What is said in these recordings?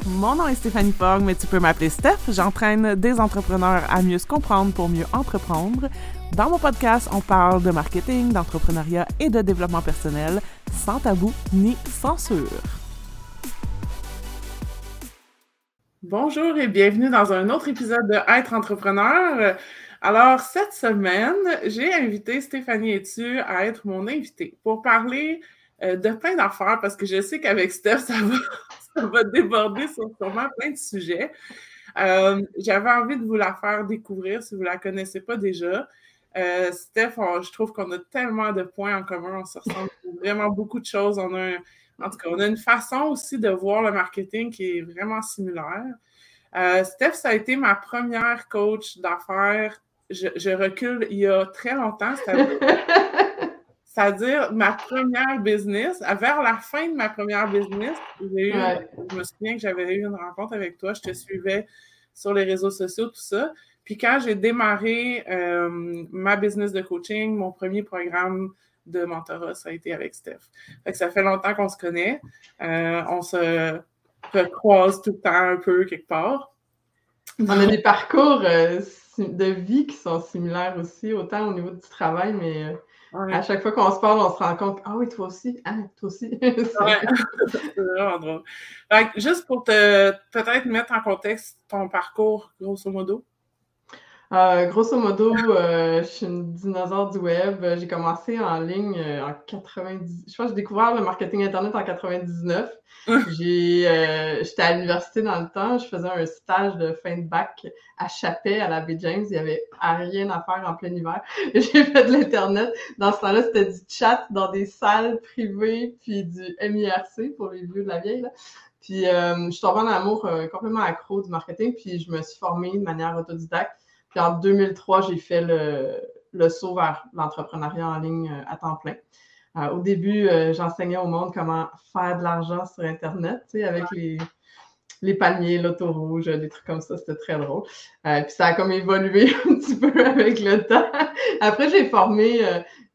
Mon nom est Stéphanie Fogg, mais tu peux m'appeler Steph. J'entraîne des entrepreneurs à mieux se comprendre pour mieux entreprendre. Dans mon podcast, on parle de marketing, d'entrepreneuriat et de développement personnel, sans tabou ni censure. Bonjour et bienvenue dans un autre épisode de Être entrepreneur. Alors, cette semaine, j'ai invité Stéphanie Etu à être mon invitée pour parler de plein d'affaires parce que je sais qu'avec Steph, ça va déborder sur sûrement plein de sujets. J'avais envie de vous la faire découvrir si vous ne la connaissez pas déjà. Steph, je trouve qu'on a tellement de points en commun, on se ressemble vraiment beaucoup de choses. En tout cas, on a une façon aussi de voir le marketing qui est vraiment similaire. Steph, ça a été ma première coach d'affaires. Je recule il y a très longtemps, c'est-à-dire ma première business. Vers la fin de ma première business, je me souviens que j'avais eu une rencontre avec toi, je te suivais sur les réseaux sociaux, tout ça. Puis quand j'ai démarré ma business de coaching, mon premier programme de mentorat, ça a été avec Steph. Fait que ça fait longtemps qu'on se connaît. On se recroise tout le temps un peu quelque part. On a des parcours de vie qui sont similaires aussi, autant au niveau du travail, mais à chaque fois qu'on se parle, on se rend compte « Ah oui, toi aussi, toi aussi. » C'est vraiment drôle. Fait que juste pour peut-être mettre en contexte ton parcours, grosso modo. Grosso modo, je suis une dinosaure du web. J'ai commencé en ligne en 90. Je pense que j'ai découvert le marketing Internet en 99. J'étais à l'université dans le temps. Je faisais un stage de fin de bac à Chapais, à la baie James. Il y avait rien à faire en plein hiver. J'ai fait de l'Internet. Dans ce temps-là, c'était du chat dans des salles privées, puis du MIRC pour les vieux de la vieille, là. Puis je suis tombée en amour complètement accro du marketing, puis je me suis formée de manière autodidacte. Puis en 2003, j'ai fait le saut vers l'entrepreneuriat en ligne à temps plein. Au début, j'enseignais au monde comment faire de l'argent sur Internet, tu sais, avec les palmiers, l'auto rouge, des trucs comme ça. C'était très drôle. Puis ça a comme évolué un petit peu avec le temps. Après, j'ai formé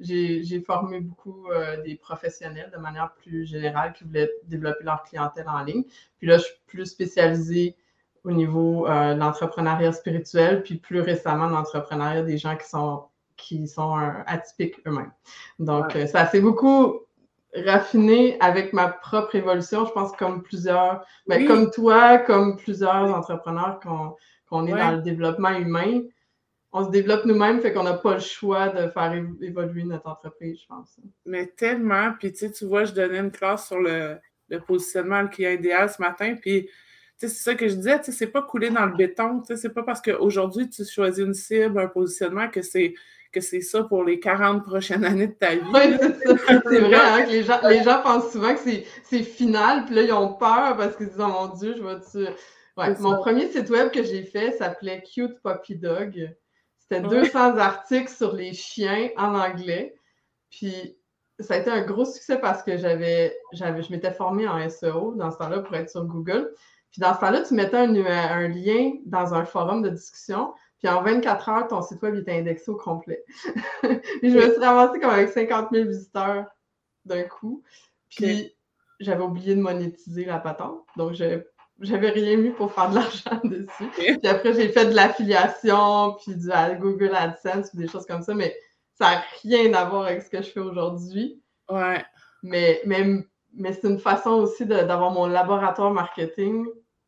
beaucoup des professionnels de manière plus générale qui voulaient développer leur clientèle en ligne. Puis là, je suis plus spécialisée au niveau de l'entrepreneuriat spirituel, puis plus récemment, l'entrepreneuriat des gens qui sont atypiques eux-mêmes. Donc, ça s'est beaucoup raffiné avec ma propre évolution. Je pense comme comme toi, comme plusieurs entrepreneurs qu'on est dans le développement humain, on se développe nous-mêmes, fait qu'on n'a pas le choix de faire évoluer notre entreprise, je pense. Mais tellement, puis tu vois, je donnais une classe sur le positionnement le client idéal ce matin, puis c'est ça que je disais, c'est pas couler dans le béton, c'est pas parce qu'aujourd'hui tu choisis une cible, un positionnement que c'est ça pour les 40 prochaines années de ta vie. Oui, c'est ça. C'est vrai, hein, que les gens pensent souvent que c'est final, puis là, ils ont peur parce qu'ils disent « Oh mon Dieu, je vais-tu... » Ouais, mon premier site web que j'ai fait s'appelait Cute Puppy Dog. C'était 200 articles sur les chiens en anglais. Puis ça a été un gros succès parce que je m'étais formée en SEO dans ce temps-là pour être sur Google. Puis dans ce temps-là, tu mettais un lien dans un forum de discussion, puis en 24 heures, ton site web était indexé au complet. Puis je me suis ramassée comme avec 50 000 visiteurs d'un coup. Puis j'avais oublié de monétiser la patente, donc j'avais rien mis pour faire de l'argent dessus. Puis après, j'ai fait de l'affiliation, puis du Google AdSense, puis des choses comme ça, mais ça n'a rien à voir avec ce que je fais aujourd'hui. Ouais. Mais c'est une façon aussi d'avoir mon laboratoire marketing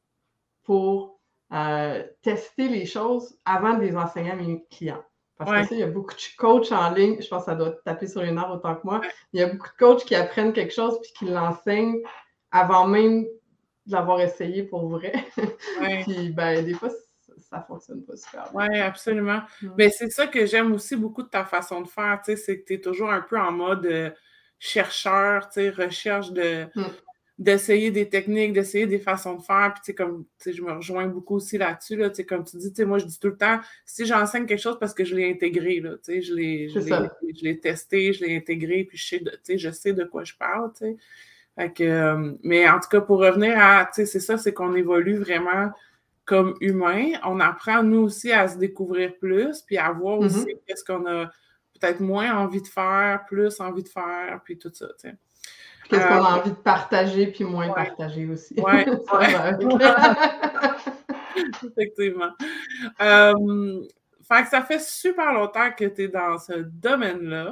pour tester les choses avant de les enseigner à mes clients. Parce que ça, il y a beaucoup de coachs en ligne, je pense que ça doit taper sur les nerfs autant que moi, il y a beaucoup de coachs qui apprennent quelque chose puis qui l'enseignent avant même de l'avoir essayé pour vrai. Puis des fois, ça fonctionne pas super bien. Oui, absolument. Mais c'est ça que j'aime aussi beaucoup de ta façon de faire, tu sais, c'est que tu es toujours un peu en mode chercheur, tu sais, recherche d'essayer des techniques, d'essayer des façons de faire. Puis, tu sais, comme, tu sais, je me rejoins beaucoup aussi là-dessus, là, tu sais, comme tu dis, tu sais, moi, je dis tout le temps, si j'enseigne quelque chose parce que je l'ai intégré, là, tu sais, je l'ai testé, je l'ai intégré, puis je sais de quoi je parle, tu sais. Fait que, mais en tout cas, pour revenir à, tu sais, c'est ça, c'est qu'on évolue vraiment comme humain. On apprend, nous aussi, à se découvrir plus, puis à voir aussi qu'est-ce qu'on a peut-être moins envie de faire, plus envie de faire, puis tout ça, tu sais. Qu'est-ce qu'on a envie de partager, puis moins partager aussi. Ouais, Ça va avec. Effectivement. Fait que ça fait super longtemps que tu es dans ce domaine-là.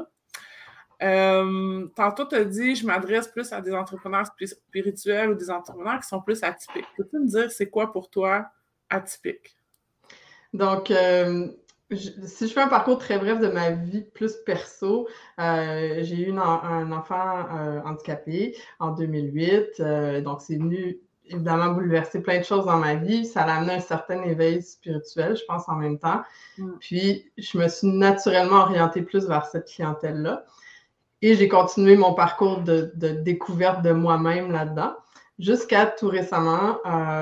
Tantôt, tu as dit, je m'adresse plus à des entrepreneurs spirituels ou des entrepreneurs qui sont plus atypiques. Peux-tu me dire, c'est quoi pour toi atypique? Donc, si je fais un parcours très bref de ma vie plus perso, j'ai eu un enfant handicapé en 2008. Donc, c'est venu évidemment bouleverser plein de choses dans ma vie. Ça a amené un certain éveil spirituel, je pense, en même temps. Puis, je me suis naturellement orientée plus vers cette clientèle-là. Et j'ai continué mon parcours de découverte de moi-même là-dedans, jusqu'à tout récemment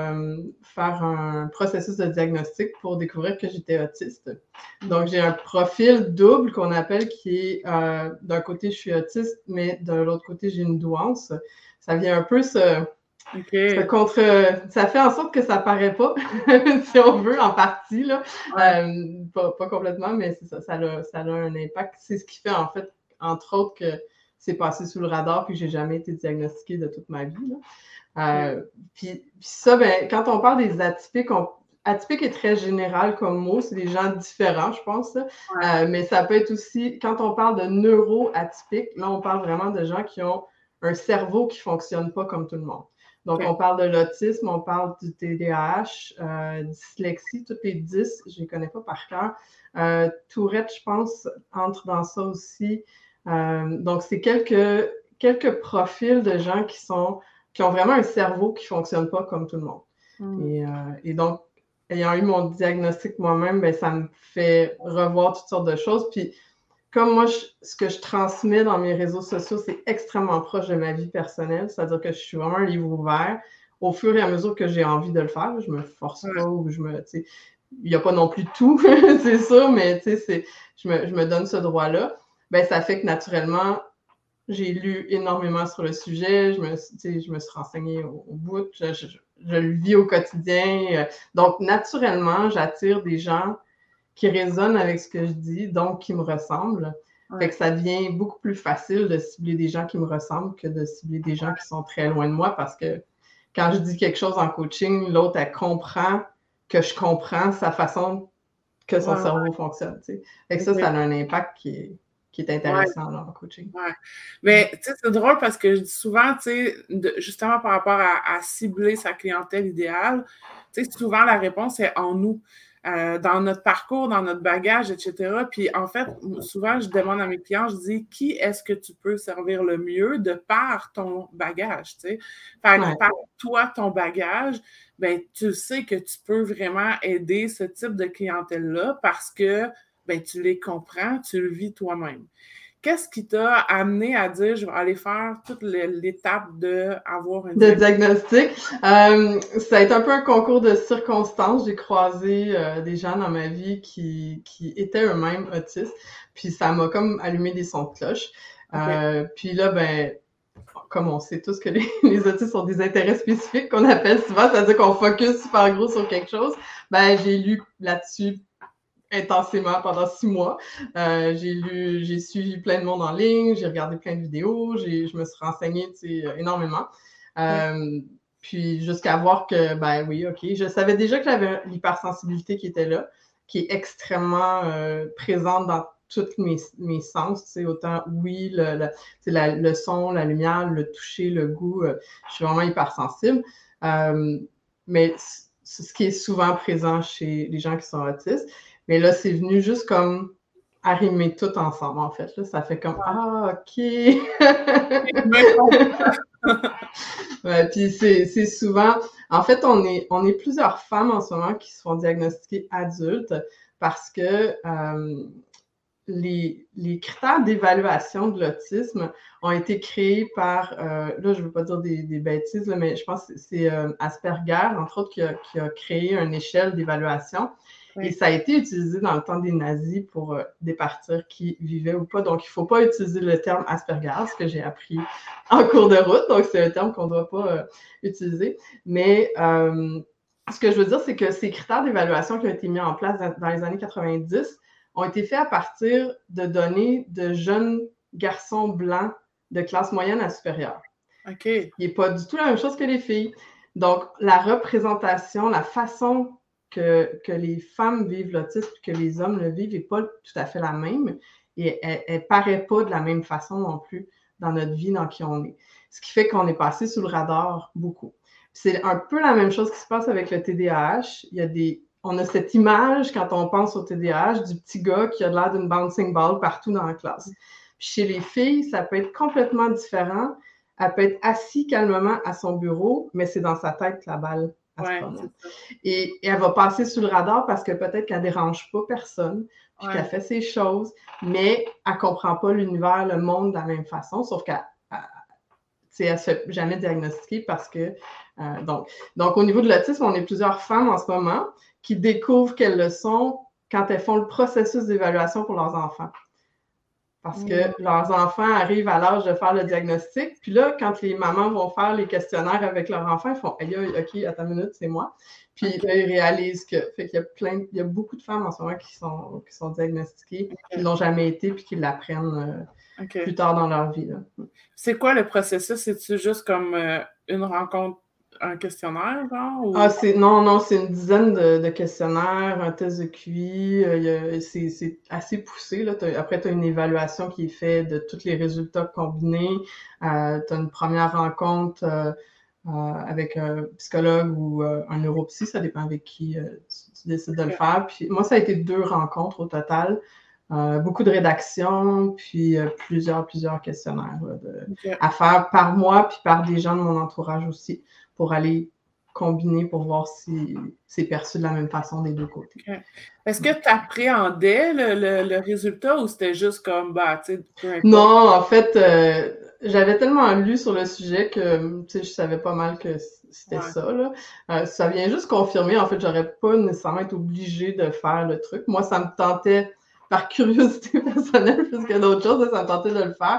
faire un processus de diagnostic pour découvrir que j'étais autiste. Donc, j'ai un profil double qu'on appelle qui est, d'un côté, je suis autiste, mais de l'autre côté, j'ai une douance. Ça vient un peu ça fait en sorte que ça paraît pas, si on veut, en partie, là. Pas complètement, mais c'est ça, ça a un impact. C'est ce qui fait, en fait, entre autres, que c'est passé sous le radar puis que j'ai jamais été diagnostiquée de toute ma vie, là. Puis ça, ben, quand on parle des atypiques, atypique est très général comme mot, c'est des gens différents, je pense. Mais ça peut être aussi, quand on parle de neuroatypique, là, on parle vraiment de gens qui ont un cerveau qui fonctionne pas comme tout le monde. Donc, on parle de l'autisme, on parle du TDAH, dyslexie, toutes les 10, je les connais pas par cœur. Tourette, je pense, entre dans ça aussi. Donc, c'est quelques profils de gens qui ont vraiment un cerveau qui fonctionne pas comme tout le monde. Et donc, ayant eu mon diagnostic moi-même, ben, ça me fait revoir toutes sortes de choses. Puis, comme moi, ce que je transmets dans mes réseaux sociaux, c'est extrêmement proche de ma vie personnelle. C'est-à-dire que je suis vraiment un livre ouvert au fur et à mesure que j'ai envie de le faire. Je me force pas ou il n'y a pas non plus tout, c'est sûr, mais je me donne ce droit-là. Ben, ça fait que naturellement, j'ai lu énormément sur le sujet. Je me suis renseignée au bout. Je le vis au quotidien. Donc, naturellement, j'attire des gens qui résonnent avec ce que je dis, donc qui me ressemblent. Fait que ça devient beaucoup plus facile de cibler des gens qui me ressemblent que de cibler des gens qui sont très loin de moi, parce que quand je dis quelque chose en coaching, l'autre, elle comprend que je comprends sa façon que son cerveau fonctionne. Fait que ça a un impact qui est intéressant là, en coaching. Mais tu sais, c'est drôle parce que je dis souvent, tu sais, justement par rapport à cibler sa clientèle idéale, tu sais, souvent la réponse est en nous. Dans notre parcours, dans notre bagage, etc. Puis en fait, souvent, je demande à mes clients, je dis, qui est-ce que tu peux servir le mieux de par ton bagage, tu sais? Par toi, ton bagage, ben, tu sais que tu peux vraiment aider ce type de clientèle-là parce que ben, tu les comprends, tu le vis toi-même. Qu'est-ce qui t'a amené à dire, je vais aller faire toute l'étape d'avoir un diagnostic? Ça a été un peu un concours de circonstances. J'ai croisé des gens dans ma vie qui étaient eux-mêmes autistes, puis ça m'a comme allumé des sons de cloche. Puis là, ben, comme on sait tous que les autistes ont des intérêts spécifiques qu'on appelle souvent, c'est-à-dire qu'on focus super gros sur quelque chose, ben j'ai lu là-dessus intensément pendant 6 mois. J'ai suivi plein de monde en ligne, j'ai regardé plein de vidéos, je me suis renseignée énormément. Puis jusqu'à voir que, ben oui, OK, je savais déjà que j'avais l'hypersensibilité qui était là, qui est extrêmement présente dans tous mes sens, autant, oui, le son, la lumière, le toucher, le goût, je suis vraiment hypersensible. Mais ce qui est souvent présent chez les gens qui sont autistes. Mais là, c'est venu juste comme arrimer tout ensemble, en fait. Là, ça fait comme ah, OK! Ouais, puis c'est souvent... En fait, on est plusieurs femmes en ce moment qui se font diagnostiquer adultes parce que les critères d'évaluation de l'autisme ont été créés par, là, je ne veux pas dire des bêtises, là, mais je pense que c'est Asperger, entre autres, qui a créé une échelle d'évaluation. Et ça a été utilisé dans le temps des nazis pour départir qui vivait ou pas. Donc, il ne faut pas utiliser le terme Asperger, ce que j'ai appris en cours de route. Donc, c'est un terme qu'on ne doit pas utiliser. Mais ce que je veux dire, c'est que ces critères d'évaluation qui ont été mis en place dans les années 90 ont été faits à partir de données de jeunes garçons blancs de classe moyenne à supérieure. OK. Il n'est pas du tout la même chose que les filles. Donc, la représentation, la façon que les femmes vivent l'autisme et que les hommes le vivent n'est pas tout à fait la même. Et elle ne paraît pas de la même façon non plus dans notre vie, dans qui on est. Ce qui fait qu'on est passé sous le radar beaucoup. C'est un peu la même chose qui se passe avec le TDAH. On a cette image, quand on pense au TDAH, du petit gars qui a l'air d'une bouncing ball partout dans la classe. Puis chez les filles, ça peut être complètement différent. Elle peut être assise calmement à son bureau, mais c'est dans sa tête la balle à ce moment. Et elle va passer sous le radar parce que peut-être qu'elle ne dérange pas personne, puis qu'elle fait ses choses, mais elle ne comprend pas l'univers, le monde de la même façon, sauf qu'elle ne se fait jamais diagnostiquer parce que... Donc, au niveau de l'autisme, on est plusieurs femmes en ce moment qui découvrent qu'elles le sont quand elles font le processus d'évaluation pour leurs enfants. Parce que leurs enfants arrivent à l'âge de faire le diagnostic. Puis là, quand les mamans vont faire les questionnaires avec leurs enfants, ils font « Aïe, OK, attends une minute, c'est moi. » Puis là, ils réalisent que... Fait qu'il y a beaucoup de femmes en ce moment qui sont diagnostiquées, qui ne l'ont jamais été, puis qui l'apprennent plus tard dans leur vie. Là. C'est quoi le processus? C'est-tu juste comme une rencontre, un questionnaire, genre? Ou... Non, c'est une dizaine de questionnaires, un test de QI, c'est assez poussé. Là. Après, tu as une évaluation qui est faite de tous les résultats combinés. Tu as une première rencontre avec un psychologue ou un neuropsy, ça dépend avec qui tu décides de le faire. Puis moi, ça a été 2 rencontres au total. Beaucoup de rédaction, puis plusieurs questionnaires à faire par moi, puis par des gens de mon entourage aussi, pour aller combiner pour voir si c'est perçu de la même façon des 2 côtés. Okay. Est-ce que tu appréhendais le résultat ou c'était juste comme, tu sais, peu importe? Non, en fait, j'avais tellement lu sur le sujet que, tu sais, je savais pas mal que c'était ça, là. Ça vient juste confirmer, en fait, j'aurais pas nécessairement été obligée de faire le truc. Moi, ça me tentait, par curiosité personnelle, plus que d'autres choses, ça me tentait de le faire.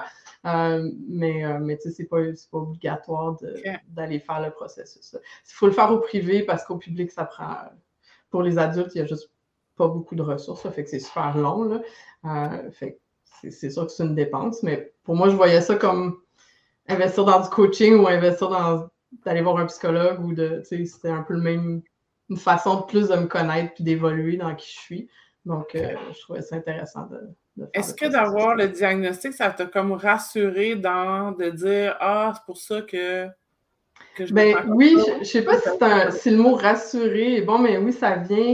Mais tu sais, c'est pas obligatoire d'aller faire le processus. Il faut le faire au privé parce qu'au public, ça prend... Pour les adultes, il y a juste pas beaucoup de ressources, ça fait que c'est super long, là. Fait que c'est sûr que c'est une dépense, mais pour moi, je voyais ça comme investir dans du coaching ou investir d'aller voir un psychologue ou tu sais, c'était un peu une façon de plus de me connaître puis d'évoluer dans qui je suis. Donc, je trouvais ça intéressant de faire. Est-ce que d'avoir le diagnostic, ça t'a comme rassuré de dire « Ah, c'est pour ça que je me sens comme oui, ça. » je sais pas si le mot rassurer est bon, mais oui, ça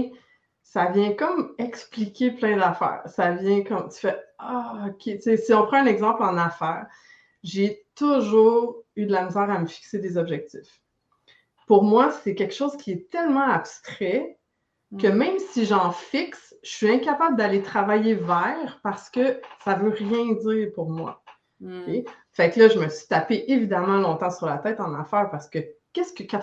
vient comme expliquer plein d'affaires. Ça vient comme, tu fais « Ah, OK. » Tu sais, si on prend un exemple en affaires, j'ai toujours eu de la misère à me fixer des objectifs. Pour moi, c'est quelque chose qui est tellement abstrait que même si j'en fixe, je suis incapable d'aller travailler vers parce que ça veut rien dire pour moi. Okay? Fait que là, je me suis tapé évidemment longtemps sur la tête en affaires parce que qu'est-ce que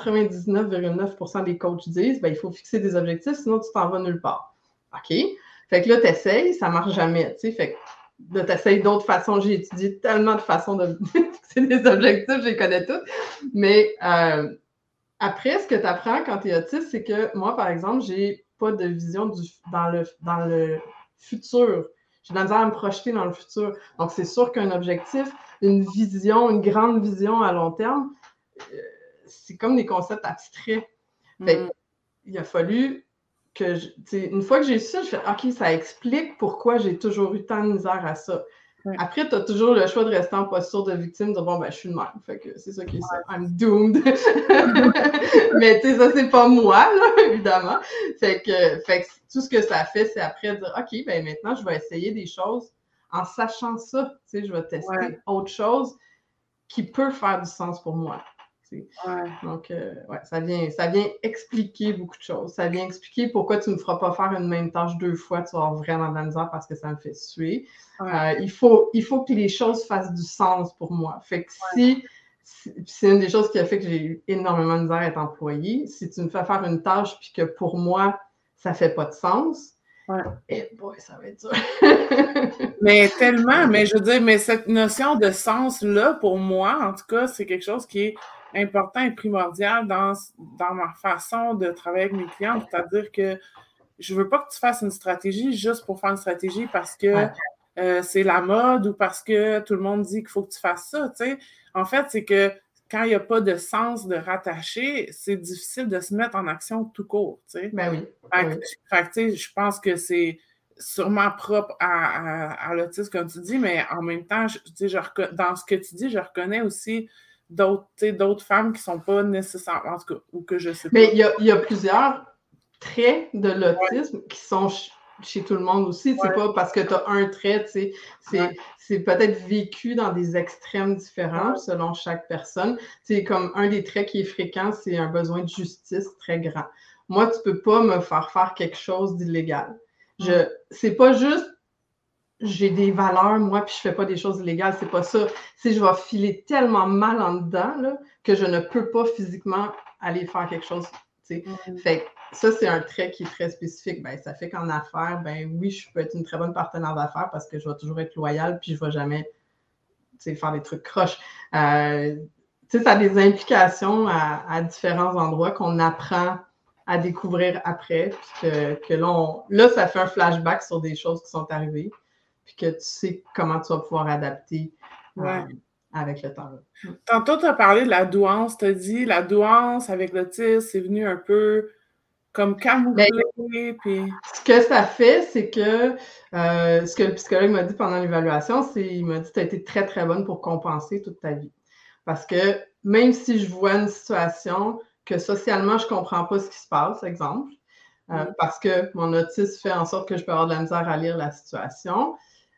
99,9% des coachs disent? Il faut fixer des objectifs, sinon tu t'en vas nulle part. OK? Fait que là, t'essayes, ça marche jamais, tu sais. Fait que là, t'essayes d'autres façons. J'ai étudié tellement de façons de fixer des objectifs, je les connais toutes. Mais après, ce que tu apprends quand tu es autiste, c'est que moi, par exemple, j'ai pas de vision dans le futur. J'ai de la misère à me projeter dans le futur. Donc, c'est sûr qu'un objectif, une vision, une grande vision à long terme, c'est comme des concepts abstraits. Fait il a fallu que, une fois que j'ai su ça, je fais « OK, ça explique pourquoi j'ai toujours eu tant de misère à ça. » Après, tu as toujours le choix de rester en posture de victime, de dire « Bon, je suis une mère. » Fait que c'est ça qui est ça. I'm doomed. Mais tu sais, ça, c'est pas moi, là, évidemment. Fait que tout ce que ça fait, c'est après dire « OK, maintenant, je vais essayer des choses en sachant ça. Tu sais, je vais tester autre chose qui peut faire du sens pour moi. » Donc, ça vient expliquer beaucoup de choses. Ça vient expliquer pourquoi tu ne me feras pas faire une même tâche 2 fois, tu vas avoir vraiment de la misère parce que ça me fait suer. Il faut que les choses fassent du sens pour moi. Fait que si c'est une des choses qui a fait que j'ai eu énormément de misère à être employée, si tu me fais faire une tâche puis que pour moi, ça fait pas de sens, ça va être dur. Mais tellement, mais je veux dire, mais cette notion de sens-là, pour moi, en tout cas, c'est quelque chose qui est important et primordial dans ma façon de travailler avec mes clients. C'est-à-dire que je veux pas que tu fasses une stratégie juste pour faire une stratégie parce que c'est la mode ou parce que tout le monde dit qu'il faut que tu fasses ça, tu sais. En fait, c'est que quand il n'y a pas de sens de rattacher, c'est difficile de se mettre en action tout court, tu sais. Ben oui. Fait que, tu sais, je pense que c'est sûrement propre à l'autisme, comme tu dis, mais en même temps, dans ce que tu dis, je reconnais aussi d'autres femmes qui ne sont pas nécessairement, en tout cas, ou que je sais pas. Mais il y a plusieurs traits de l'autisme qui sont chez tout le monde aussi. C'est pas parce que tu as un trait, tu sais, c'est peut-être vécu dans des extrêmes différents selon chaque personne. C'est comme un des traits qui est fréquent, c'est un besoin de justice très grand. Moi, tu peux pas me faire quelque chose d'illégal. C'est pas juste j'ai des valeurs, moi, puis je fais pas des choses illégales, c'est pas ça. C'est je vais filer tellement mal en dedans là, que je ne peux pas physiquement aller faire quelque chose. Fait que ça, c'est un trait qui est très spécifique. Ben, ça fait qu'en affaires, ben oui, je peux être une très bonne partenaire d'affaires parce que je vais toujours être loyale, puis je vais jamais faire des trucs croches. Ça a des implications à différents endroits qu'on apprend à découvrir après, puis que là, ça fait un flashback sur des choses qui sont arrivées, puis que tu sais comment tu vas pouvoir adapter avec le temps. Là. Tantôt, tu as parlé de la douance. Tu as dit la douance avec l'autisme, c'est venu un peu comme camoufler. Puis... Ce que ça fait, c'est que ce que le psychologue m'a dit pendant l'évaluation, il m'a dit que tu as été très, très bonne pour compenser toute ta vie. Parce que même si je vois une situation que socialement, je ne comprends pas ce qui se passe, exemple, parce que mon autisme fait en sorte que je peux avoir de la misère à lire la situation,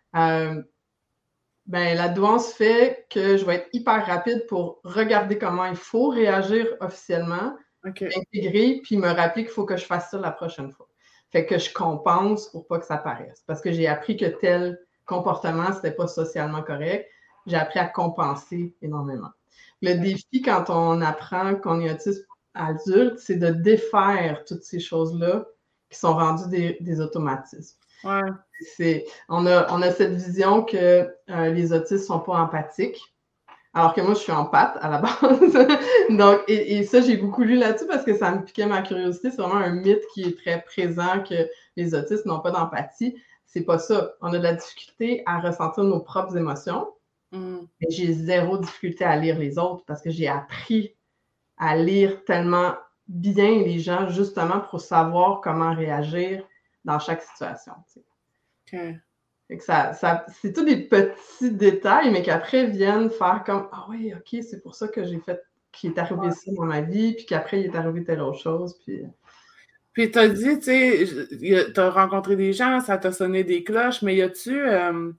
ben, la douance fait que je vais être hyper rapide pour regarder comment il faut réagir officiellement, intégrer, puis me rappeler qu'il faut que je fasse ça la prochaine fois. Fait que je compense pour pas que ça paraisse. Parce que j'ai appris que tel comportement, c'était pas socialement correct. J'ai appris à compenser énormément. Le défi, quand on apprend qu'on est autiste adulte, c'est de défaire toutes ces choses-là qui sont rendues des automatismes. Ouais. On a cette vision que les autistes ne sont pas empathiques, alors que moi, je suis empathe à la base. Donc, et ça, j'ai beaucoup lu là-dessus parce que ça me piquait ma curiosité. C'est vraiment un mythe qui est très présent que les autistes n'ont pas d'empathie. C'est pas ça. On a de la difficulté à ressentir nos propres émotions. Mais j'ai zéro difficulté à lire les autres parce que j'ai appris à lire tellement bien les gens justement pour savoir comment réagir dans chaque situation. Fait que c'est tous des petits détails, mais qu'après viennent faire comme « Ah oui, OK, c'est pour ça que j'ai fait qu'il est arrivé ça dans ma vie, puis qu'après, il est arrivé telle autre chose. » Puis tu as dit, tu sais, tu as rencontré des gens, ça t'a sonné des cloches, mais y a-tu, tu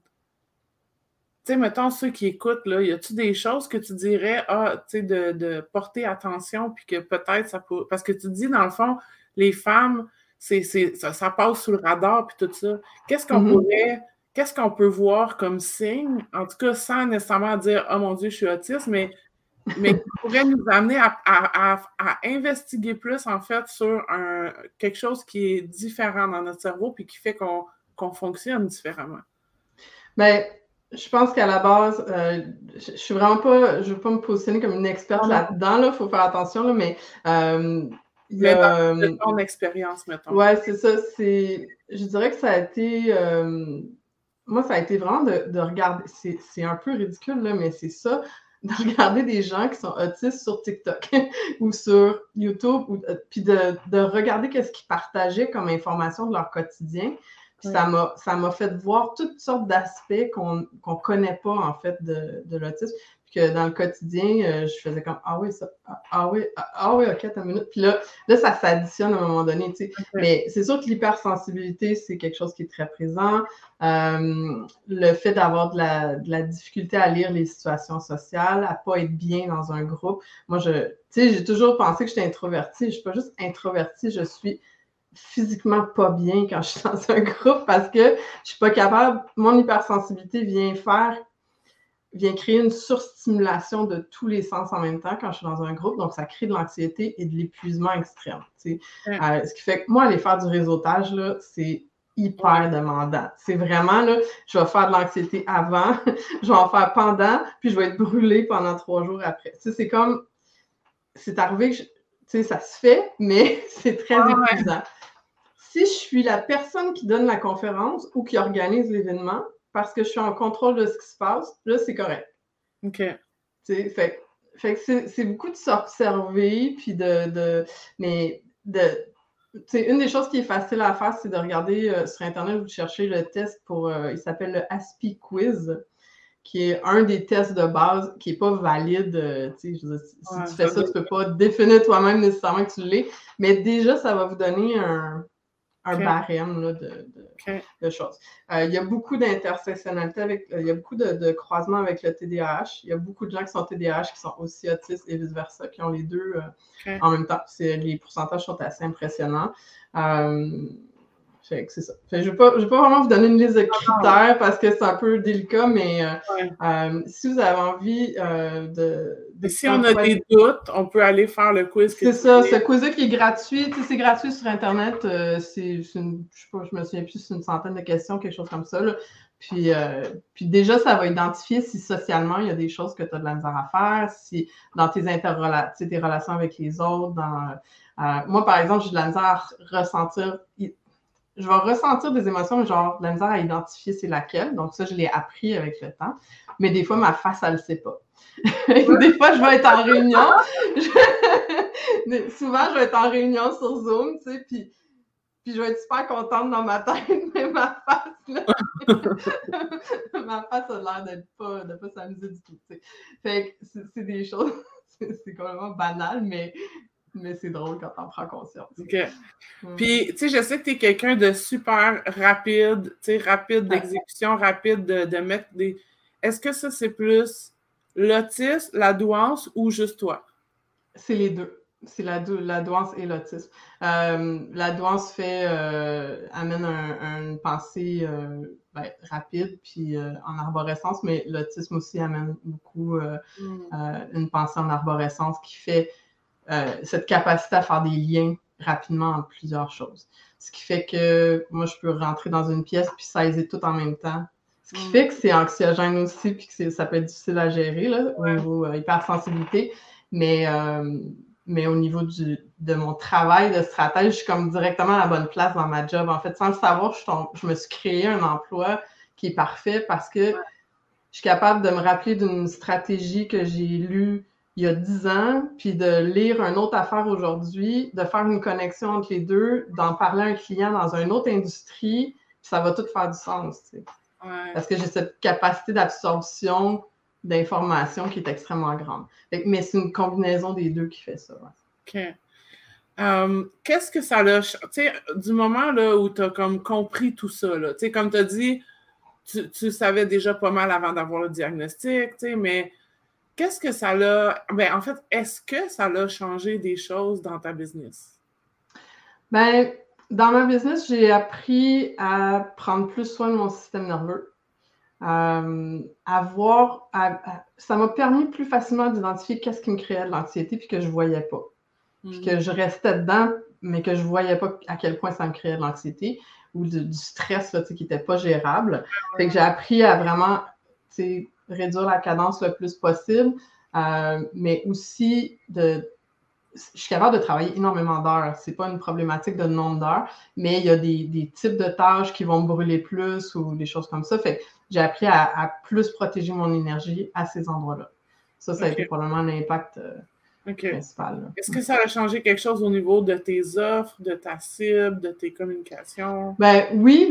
sais, mettons, ceux qui écoutent, là, y a-tu des choses que tu dirais, tu sais, de porter attention, puis que peut-être ça peut... Parce que tu dis, dans le fond, les femmes, ça passe sous le radar, puis tout ça. Qu'est-ce qu'on peut voir comme signe, en tout cas, sans nécessairement dire « Oh mon Dieu, je suis autiste », mais qui pourrait nous amener à investiguer plus, en fait, sur quelque chose qui est différent dans notre cerveau, puis qui fait qu'on fonctionne différemment? Bien, je pense qu'à la base, je suis vraiment pas, je veux pas me positionner comme une experte là-dedans, il faut faire attention, là, mais il y a... de ton expérience, mettons. Ouais, c'est ça. Je dirais que ça a été... moi, ça a été vraiment de regarder... C'est un peu ridicule, là, mais c'est ça, de regarder des gens qui sont autistes sur TikTok ou sur YouTube, puis de regarder qu'est-ce qu'ils partageaient comme information de leur quotidien. Puis ça m'a fait voir toutes sortes d'aspects qu'on connaît pas, en fait, de l'autisme. Puis que dans le quotidien, je faisais comme « Ah oui, ça, ah oui, OK, t'as une minute. » Puis là, ça s'additionne à un moment donné, tu sais. Mais c'est sûr que l'hypersensibilité, c'est quelque chose qui est très présent. Le fait d'avoir de la difficulté à lire les situations sociales, à pas être bien dans un groupe. Moi, tu sais, j'ai toujours pensé que j'étais introvertie. Je suis pas juste introvertie, je suis physiquement pas bien quand je suis dans un groupe parce que je suis pas capable, mon hypersensibilité vient créer une surstimulation de tous les sens en même temps quand je suis dans un groupe, donc ça crée de l'anxiété et de l'épuisement extrême. Ce qui fait que moi, aller faire du réseautage, là, c'est hyper demandant. C'est vraiment, là, je vais faire de l'anxiété avant, je vais en faire pendant, puis je vais être brûlée pendant 3 jours après. C'est comme, c'est arrivé que ça se fait, mais c'est très épuisant. Si je suis la personne qui donne la conférence ou qui organise l'événement, parce que je suis en contrôle de ce qui se passe, là, c'est correct. OK. Fait Fait que c'est beaucoup de s'observer, puis mais tu sais, une des choses qui est facile à faire, c'est de regarder sur Internet, vous cherchez le test il s'appelle le ASPI Quiz, qui est un des tests de base qui n'est pas valide. Tu sais, je veux dire, si tu fais ça, tu ne peux pas définir toi-même nécessairement que tu l'es, mais déjà, ça va vous donner un barème là, de choses. Il y a beaucoup d'intersectionnalité il y a beaucoup de croisements avec le TDAH. Il y a beaucoup de gens qui sont TDAH qui sont aussi autistes et vice-versa, qui ont les deux en même temps. Les pourcentages sont assez impressionnants. C'est ça. Je ne vais pas vraiment vous donner une liste de critères parce que c'est un peu délicat, mais si vous avez envie si on a des doutes, on peut aller faire le quiz. C'est ça, ce quiz-là qui est gratuit. Tu sais, c'est gratuit sur Internet. Je me souviens plus, c'est une centaine de questions, quelque chose comme ça. Là. Puis déjà, ça va identifier si socialement, il y a des choses que tu as de la misère à faire, si dans tes relations avec les autres. Moi, par exemple, j'ai de la misère à ressentir... Je vais ressentir des émotions, mais genre de la misère à identifier c'est laquelle. Donc ça, je l'ai appris avec le temps. Mais des fois, ma face, elle ne le sait pas. Des fois, je vais être en réunion. Souvent, je vais être en réunion sur Zoom, tu sais, puis je vais être super contente dans ma tête, mais ma face, là, ma face a l'air de pas s'amuser du tout, tu sais. Fait que c'est des choses, c'est complètement banal, mais c'est drôle quand on prend conscience. OK. Puis, tu sais, je sais que tu es quelqu'un de super rapide, tu sais, rapide d'exécution, rapide de mettre des... Est-ce que ça, c'est plus l'autisme, la douance ou juste toi? C'est les deux. C'est la douance et l'autisme. La douance amène une pensée rapide puis en arborescence, mais l'autisme aussi amène beaucoup une pensée en arborescence qui fait cette capacité à faire des liens rapidement entre plusieurs choses. Ce qui fait que moi, je peux rentrer dans une pièce puis saisir tout en même temps. Ce qui fait que c'est anxiogène aussi puis que ça peut être difficile à gérer là, au niveau hypersensibilité. Mais au niveau de mon travail de stratège, je suis comme directement à la bonne place dans ma job. En fait, sans le savoir, je me suis créé un emploi qui est parfait parce que je suis capable de me rappeler d'une stratégie que j'ai lue il y a 10 ans, puis de lire une autre affaire aujourd'hui, de faire une connexion entre les deux, d'en parler à un client dans une autre industrie, puis ça va tout faire du sens, tu sais. Parce que j'ai cette capacité d'absorption d'informations qui est extrêmement grande. Mais c'est une combinaison des deux qui fait ça. Ouais. OK. Qu'est-ce que ça l'a... Tu sais, du moment là, où tu as comme compris tout ça, là, tu sais, comme tu as dit, tu savais déjà pas mal avant d'avoir le diagnostic, tu sais, mais qu'est-ce que ça l'a... Ben, en fait, est-ce que ça l'a changé des choses dans ta business? Ben, dans ma business, j'ai appris à prendre plus soin de mon système nerveux. Ça m'a permis plus facilement d'identifier qu'est-ce qui me créait de l'anxiété puis que je ne voyais pas. Puis que je restais dedans, mais que je ne voyais pas à quel point ça me créait de l'anxiété ou du stress là, qui n'était pas gérable. Fait que j'ai appris à vraiment réduire la cadence le plus possible, mais aussi je suis capable de travailler énormément d'heures. Ce n'est pas une problématique de nombre d'heures, mais il y a des types de tâches qui vont me brûler plus ou des choses comme ça. Fait que j'ai appris à plus protéger mon énergie à ces endroits-là. Ça a été probablement l'impact principal. Là. Est-ce que ça a changé quelque chose au niveau de tes offres, de ta cible, de tes communications? Ben oui,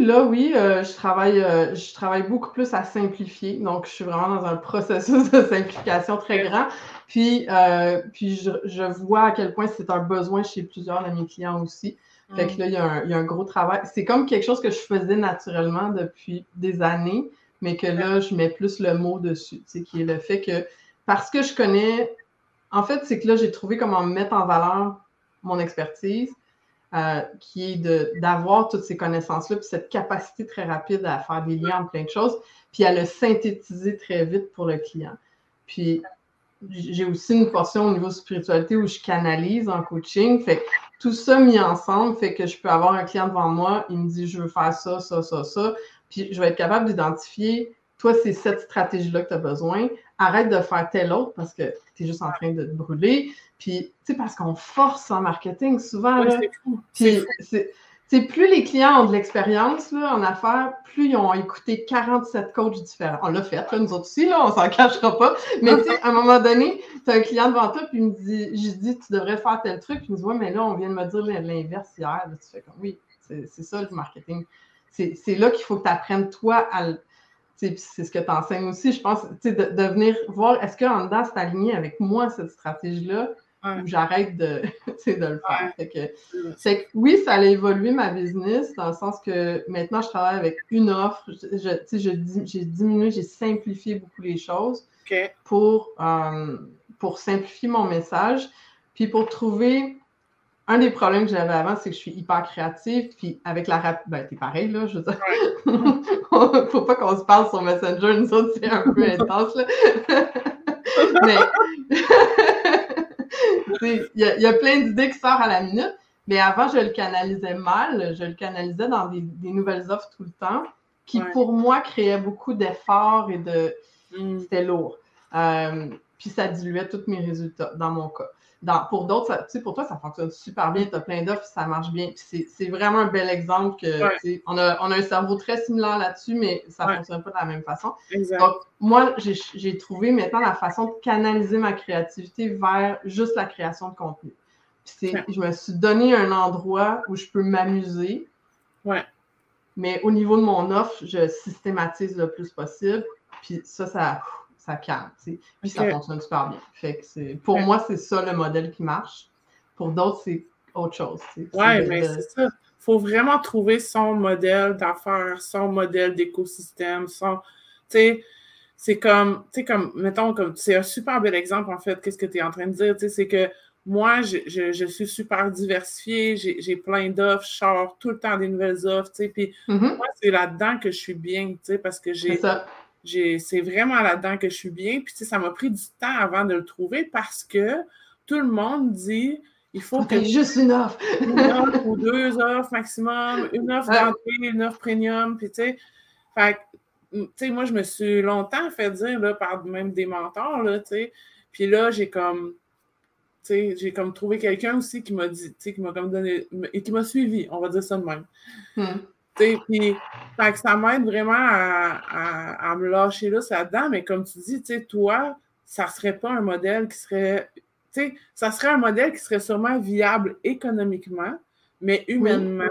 je travaille beaucoup plus à simplifier. Donc, je suis vraiment dans un processus de simplification très grand. Puis je vois à quel point c'est un besoin chez plusieurs de mes clients aussi. Fait que là, il y a un gros travail. C'est comme quelque chose que je faisais naturellement depuis des années, mais que là, je mets plus le mot dessus, qui est le fait que, parce que je connais, en fait, c'est que là, j'ai trouvé comment mettre en valeur mon expertise, qui est d'avoir toutes ces connaissances-là, puis cette capacité très rapide à faire des liens entre plein de choses, puis à le synthétiser très vite pour le client. Puis, j'ai aussi une portion au niveau spiritualité où je canalise en coaching. Fait que tout ça mis ensemble fait que je peux avoir un client devant moi, il me dit « je veux faire ça, ça, ça, ça », puis je vais être capable d'identifier « toi, c'est cette stratégie-là que tu as besoin, arrête de faire telle autre parce que tu es juste en train de te brûler ». Puis, tu sais, parce qu'on force en marketing souvent. Oui, là. C'est fou. Puis, tu plus les clients ont de l'expérience là, en affaires, plus ils ont écouté 47 coachs différents. On l'a fait, là, nous autres aussi, là, on s'en cachera pas. Mais tu sais, à un moment donné, tu as un client devant toi, puis il me dit, j'ai dit, tu devrais faire tel truc. Puis il me dit, ouais, mais là, on vient de me dire l'inverse hier. Là, tu fais comme, oui, c'est ça le marketing. C'est là qu'il faut que tu apprennes, toi, c'est ce que tu enseignes aussi, je pense, de venir voir, est-ce qu'en dedans, c'est aligné avec moi, cette stratégie-là, ou j'arrête de le faire. Fait que oui, ça a évolué ma business, dans le sens que maintenant, je travaille avec une offre. J'ai diminué, j'ai simplifié beaucoup les choses pour simplifier mon message, puis pour trouver... Un des problèmes que j'avais avant, c'est que je suis hyper créative, puis avec la rapidité, t'es pareil, là, je veux dire. Faut pas qu'on se parle sur Messenger, nous autres, c'est un peu intense, là. Mais, il y a plein d'idées qui sortent à la minute, mais avant, je le canalisais mal, je le canalisais dans des nouvelles offres tout le temps, qui, pour moi, créaient beaucoup d'efforts et c'était lourd. Puis ça diluait tous mes résultats, dans mon cas. Pour d'autres, pour toi, ça fonctionne super bien. Tu as plein d'offres, ça marche bien. C'est vraiment un bel exemple que on a un cerveau très similaire là-dessus, mais ça ne fonctionne pas de la même façon. Exact. Donc, moi, j'ai trouvé maintenant la façon de canaliser ma créativité vers juste la création de contenu. Puis je me suis donné un endroit où je peux m'amuser. Mais au niveau de mon offre, je systématise le plus possible. Puis ça calme, tu sais. Puis ça fonctionne super bien. Fait que pour moi, c'est ça le modèle qui marche. Pour d'autres, c'est autre chose. Oui, mais c'est ça. Il faut vraiment trouver son modèle d'affaires, son modèle d'écosystème, tu sais, c'est comme, mettons, c'est un super bel exemple, en fait, qu'est-ce que tu es en train de dire, tu sais, c'est que moi, je suis super diversifiée, j'ai plein d'offres, je sors tout le temps des nouvelles offres, tu sais, puis moi, c'est là-dedans que je suis bien, tu sais, parce que c'est vraiment là-dedans que je suis bien. Puis, tu sais, ça m'a pris du temps avant de le trouver parce que tout le monde dit il faut que. Juste une offre. Une offre ou 2 offres maximum, une offre d'entrée, une offre premium. Puis, tu sais, moi, je me suis longtemps fait dire là, par même des mentors, là, tu sais. Puis là, j'ai comme trouvé quelqu'un aussi qui m'a dit, tu sais, qui m'a comme donné, et qui m'a suivi, on va dire ça de même. Puis, ça m'aide vraiment à me lâcher là-dedans, mais comme tu dis, toi, ça serait pas un modèle qui serait, ça serait un modèle qui serait sûrement viable économiquement, mais humainement,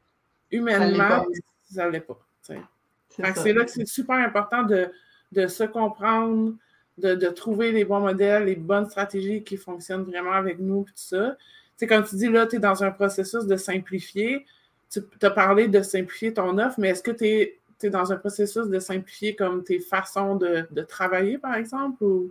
ça l'est pas. C'est là que c'est super important de se comprendre, de trouver les bons modèles, les bonnes stratégies qui fonctionnent vraiment avec nous, puis tout ça. Comme tu dis, là, tu es dans un processus de simplifier. Tu as parlé de simplifier ton offre, mais est-ce que tu es dans un processus de simplifier comme tes façons de travailler, par exemple? Ou...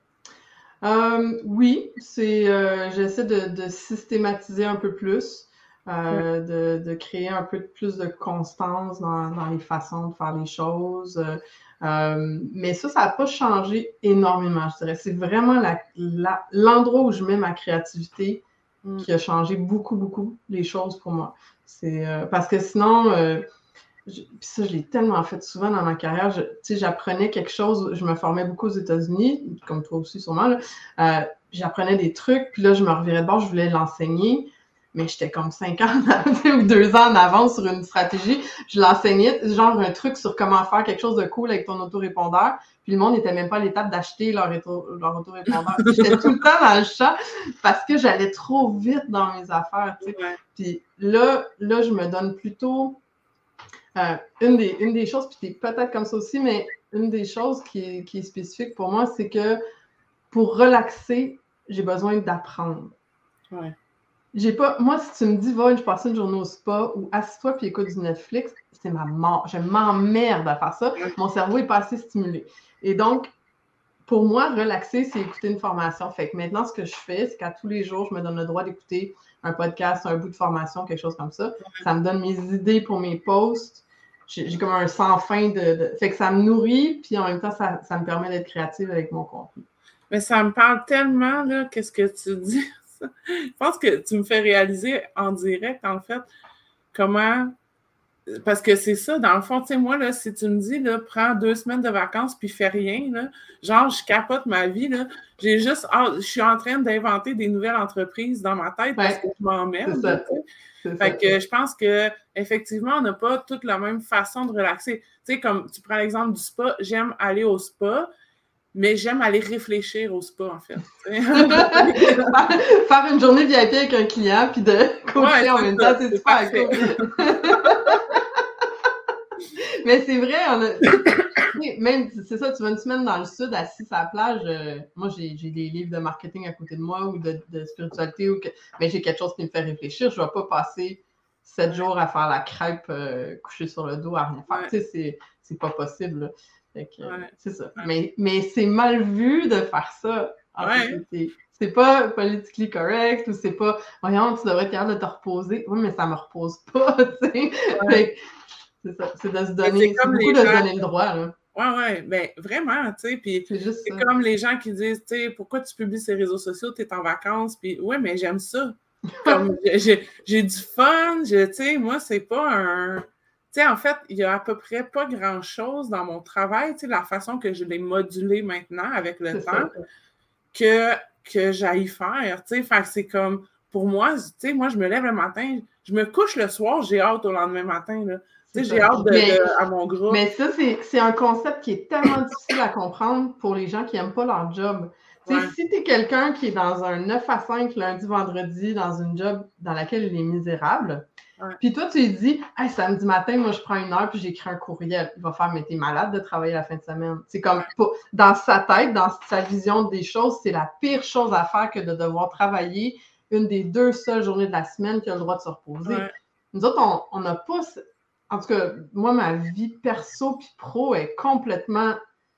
Oui, j'essaie de systématiser un peu plus, de créer un peu plus de constance dans les façons de faire les choses. Mais ça n'a pas changé énormément, je dirais. C'est vraiment l'endroit où je mets ma créativité qui a changé beaucoup, beaucoup les choses pour moi. Parce que sinon, puis ça, je l'ai tellement fait souvent dans ma carrière. J'apprenais quelque chose, je me formais beaucoup aux États-Unis, comme toi aussi sûrement. Là. J'apprenais des trucs, puis là, je me revirais de bord, je voulais l'enseigner, mais j'étais comme 5 ans ou 2 ans en avance sur une stratégie. Je l'enseignais, genre un truc sur comment faire quelque chose de cool avec ton autorépondeur, puis le monde n'était même pas à l'étape d'acheter leur autorépondeur. J'étais tout le temps dans le champ parce que j'allais trop vite dans mes affaires. Puis là, je me donne plutôt... une des choses, puis t'es peut-être comme ça aussi, mais une des choses qui est spécifique pour moi, c'est que pour relaxer, j'ai besoin d'apprendre. Moi, si tu me dis, va, je passe une journée au spa ou assis-toi puis écoute du Netflix, c'est ma mort. Je m'emmerde à faire ça. Mon cerveau est pas assez stimulé. Et donc, pour moi, relaxer, c'est écouter une formation. Fait que maintenant, ce que je fais, c'est qu'à tous les jours, je me donne le droit d'écouter un podcast, un bout de formation, quelque chose comme ça. Ça me donne mes idées pour mes posts. J'ai comme un sans fin Fait que ça me nourrit, puis en même temps, ça me permet d'être créative avec mon contenu. Mais ça me parle tellement, là, qu'est-ce que tu dis. Je pense que tu me fais réaliser en direct, en fait, comment Parce que c'est ça, dans le fond, tu sais, moi, là, si tu me dis, là, prends 2 semaines de vacances puis fais rien, là, genre, je capote ma vie, là, je suis en train d'inventer des nouvelles entreprises dans ma tête parce que je m'emmerde, là, tu sais. Fait que je pense que effectivement, on n'a pas toute la même façon de relaxer. Tu sais, comme tu prends l'exemple du spa, j'aime aller au spa, mais j'aime aller réfléchir au spa, en fait. Faire une journée VIP avec un client, puis de coacher en même temps, c'est super cool. Mais c'est vrai, même, c'est ça, tu vas une semaine dans le sud, assis à la plage, moi, j'ai des livres de marketing à côté de moi, ou de spiritualité, mais j'ai quelque chose qui me fait réfléchir, je vais pas passer 7 jours à faire la crêpe coucher sur le dos, à rien faire. Tu sais, c'est pas possible, là. Fait que, c'est ça. Mais c'est mal vu de faire ça en société. C'est pas politically correct, ou c'est pas, voyons, tu devrais être capable de te reposer. Oui, mais ça me repose pas, tu sais. C'est ça, c'est de se donner, c'est beaucoup de se donner le droit, là. Ouais, ben vraiment, tu sais, puis c'est comme les gens qui disent, tu sais, pourquoi tu publies ces réseaux sociaux, t'es en vacances, puis ouais, mais j'aime ça. Comme, j'ai du fun, tu sais, moi, c'est pas un... Tu sais, en fait, il y a à peu près pas grand-chose dans mon travail, tu sais, la façon que je l'ai modulé maintenant avec le temps, que j'aille faire, tu sais, fait que c'est comme, pour moi, tu sais, moi, je me lève le matin, je me couche le soir, j'ai hâte au lendemain matin, là. Tu sais, j'ai hâte à mon groupe. Mais ça, c'est un concept qui est tellement difficile à comprendre pour les gens qui n'aiment pas leur job. Tu sais, si tu es quelqu'un qui est dans un 9 à 5 lundi, vendredi, dans une job dans laquelle il est misérable, puis toi, tu lui dis, hey, samedi matin, moi, je prends 1 heure puis j'écris un courriel. Il va faire, mais t'es malade de travailler la fin de semaine. C'est comme, dans sa tête, dans sa vision des choses, c'est la pire chose à faire que de devoir travailler une des 2 seules journées de la semaine qu'il a le droit de se reposer. Nous autres, on n'a pas... En tout cas, moi, ma vie perso puis pro est complètement...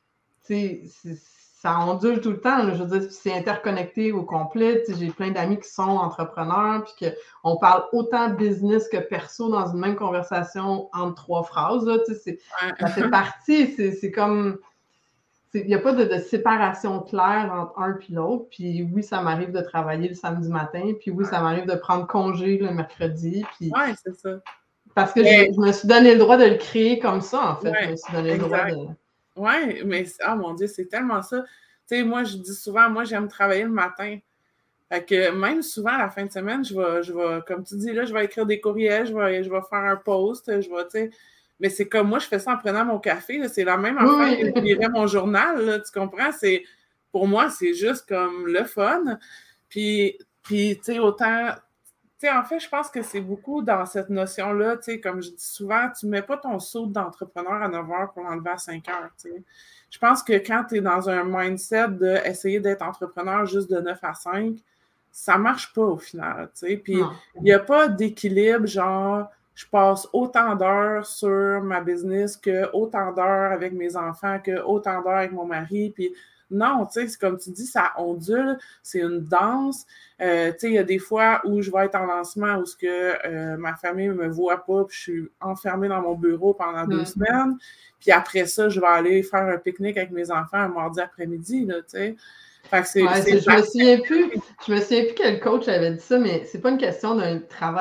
Ça ondule tout le temps. Là. Je veux dire, c'est interconnecté au complet. J'ai plein d'amis qui sont entrepreneurs puis qu'on parle autant business que perso dans une même conversation entre 3 phrases. Là, ça fait partie. C'est comme... Il n'y a pas de séparation claire entre un et l'autre. Puis oui, ça m'arrive de travailler le samedi matin. Puis oui, ça m'arrive de prendre congé le mercredi. Puis... Oui, c'est ça. Parce que je me suis donné le droit de le créer comme ça, en fait. Je me suis donné le droit de... Oui, mais, oh mon Dieu, c'est tellement ça. Tu sais, moi, je dis souvent, moi, j'aime travailler le matin. Fait que même souvent, à la fin de semaine, je vais comme tu dis, là, je vais écrire des courriels, je vais faire un post, tu sais... Mais c'est comme moi, je fais ça en prenant mon café. Là, c'est la même affaire que je lirais mon journal. Là, tu comprends? Pour moi, c'est juste comme le fun. Puis tu sais, autant... Tu sais, en fait, je pense que c'est beaucoup dans cette notion-là, tu sais, comme je dis souvent, tu ne mets pas ton saut d'entrepreneur à 9 heures pour l'enlever à 5 heures, tu sais. Je pense que quand tu es dans un mindset d'essayer d'être entrepreneur juste de 9 à 5, ça ne marche pas au final, tu sais. Puis, il n'y a pas d'équilibre, genre, je passe autant d'heures sur ma business que autant d'heures avec mes enfants, que autant d'heures avec mon mari, puis... Non, tu sais, c'est comme tu dis, ça ondule, c'est une danse. Tu sais, il y a des fois où je vais être en lancement où ma famille ne me voit pas, puis je suis enfermée dans mon bureau pendant 2 semaines. Puis après ça, je vais aller faire un pique-nique avec mes enfants un mardi après-midi, là, tu sais. Fait que je me souviens plus quel coach avait dit ça, mais c'est pas une question d'un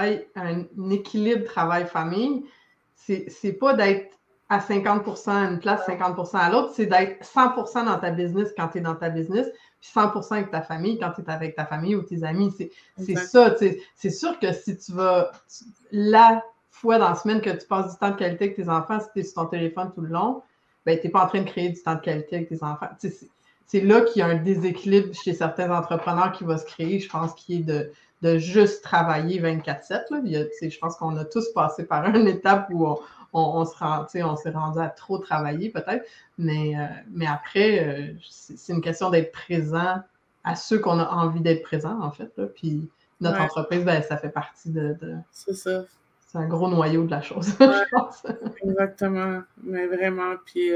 équilibre travail-famille. C'est pas d'être à 50% à une place, 50% à l'autre, c'est d'être 100% dans ta business quand tu es dans ta business, puis 100% avec ta famille quand tu es avec ta famille ou tes amis. C'est ça, c'est sûr que si tu vas la fois dans la semaine que tu passes du temps de qualité avec tes enfants, si tu es sur ton téléphone tout le long, ben, tu n'es pas en train de créer du temps de qualité avec tes enfants. C'est là qu'il y a un déséquilibre chez certains entrepreneurs qui va se créer, je pense, qui est de juste travailler 24/7. Là. Je pense qu'on a tous passé par une étape où on s'est rendu à trop travailler peut-être, mais après, c'est une question d'être présent à ceux qu'on a envie d'être présent, en fait. Là. Puis notre entreprise, ben, ça fait partie de... C'est ça. C'est un gros noyau de la chose, je pense. Exactement, mais vraiment. Puis,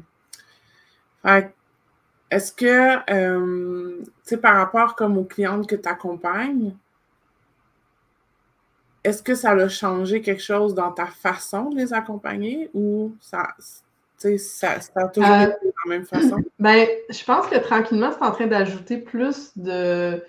est-ce que, tu sais, par rapport comme aux clientes que tu accompagnes, est-ce que ça a changé quelque chose dans ta façon de les accompagner ou ça a toujours été de la même façon? Ben, je pense que tranquillement, c'est en train d'ajouter plus de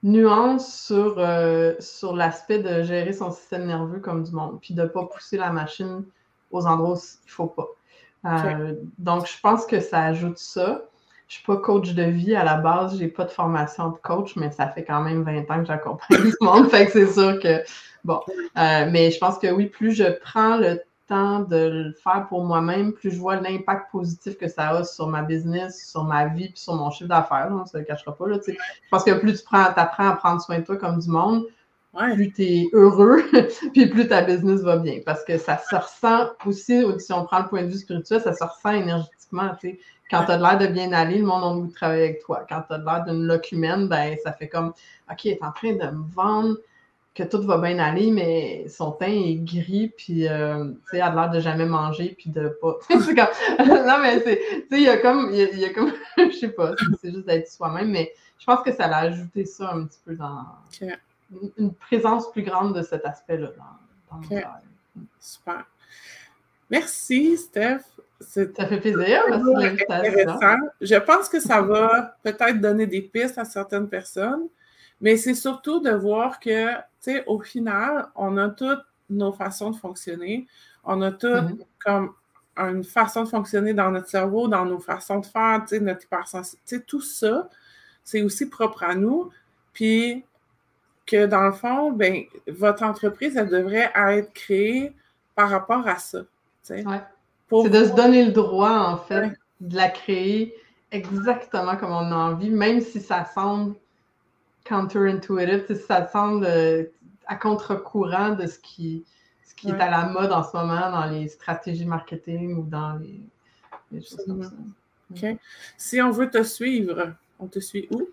nuance sur l'aspect de gérer son système nerveux comme du monde, puis de ne pas pousser la machine aux endroits où il ne faut pas. Donc, je pense que ça ajoute ça. Je ne suis pas coach de vie à la base, je n'ai pas de formation de coach, mais ça fait quand même 20 ans que j'accompagne du monde, fait que c'est sûr que, bon. Mais je pense que oui, plus je prends le temps de le faire pour moi-même, plus je vois l'impact positif que ça a sur ma business, sur ma vie, puis sur mon chiffre d'affaires, on ne se le cachera pas. Là, je pense que plus tu apprends à prendre soin de toi comme du monde, plus tu es heureux, puis plus ta business va bien. Parce que ça se ressent aussi, si on prend le point de vue spirituel, ça se ressent énergétiquement. Quand tu as l'air de bien aller, le monde a envie de travailler avec toi. Quand tu as l'air d'une loque humaine, ben ça fait comme, OK, elle est en train de me vendre que tout va bien aller, mais son teint est gris, puis elle a l'air de jamais manger, puis de pas... c'est comme... non, mais il y a comme... je sais pas, c'est juste d'être soi-même, mais je pense que ça l'a ajouté ça un petit peu dans... Une présence plus grande de cet aspect-là dans mon travail. Super. Merci, Steph. Ça fait plaisir. Merci de l'invitation. Je pense que ça va peut-être donner des pistes à certaines personnes, mais c'est surtout de voir que, tu sais, au final, on a toutes nos façons de fonctionner. On a toutes comme une façon de fonctionner dans notre cerveau, dans nos façons de faire, tu sais, notre hypersensibilité. Tu sais, tout ça, c'est aussi propre à nous. Puis que dans le fond, ben, votre entreprise, elle devrait être créée par rapport à ça. Ouais. C'est de se donner le droit, en fait, de la créer exactement comme on a envie, même si ça semble counterintuitive, si ça semble à contre-courant de ce qui est à la mode en ce moment dans les stratégies marketing ou dans les choses comme ça. OK. Si on veut te suivre, on te suit où?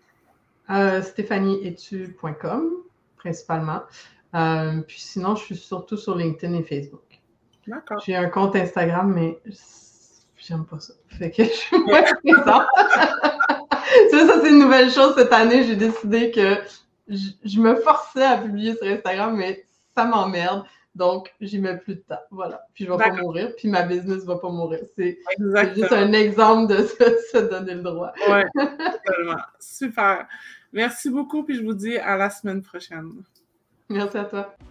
StéphanieEtu.com, principalement. Puis sinon, je suis surtout sur LinkedIn et Facebook. D'accord. J'ai un compte Instagram, mais j'aime pas ça. Fait que je suis moins présente. Ça, c'est une nouvelle chose cette année. J'ai décidé que je me forçais à publier sur Instagram, mais ça m'emmerde. Donc, j'y mets plus de temps. Voilà. Puis je vais pas mourir, puis ma business va pas mourir. C'est juste un exemple de se donner le droit. Oui, totalement. Super. Merci beaucoup, puis je vous dis à la semaine prochaine. Merci à toi.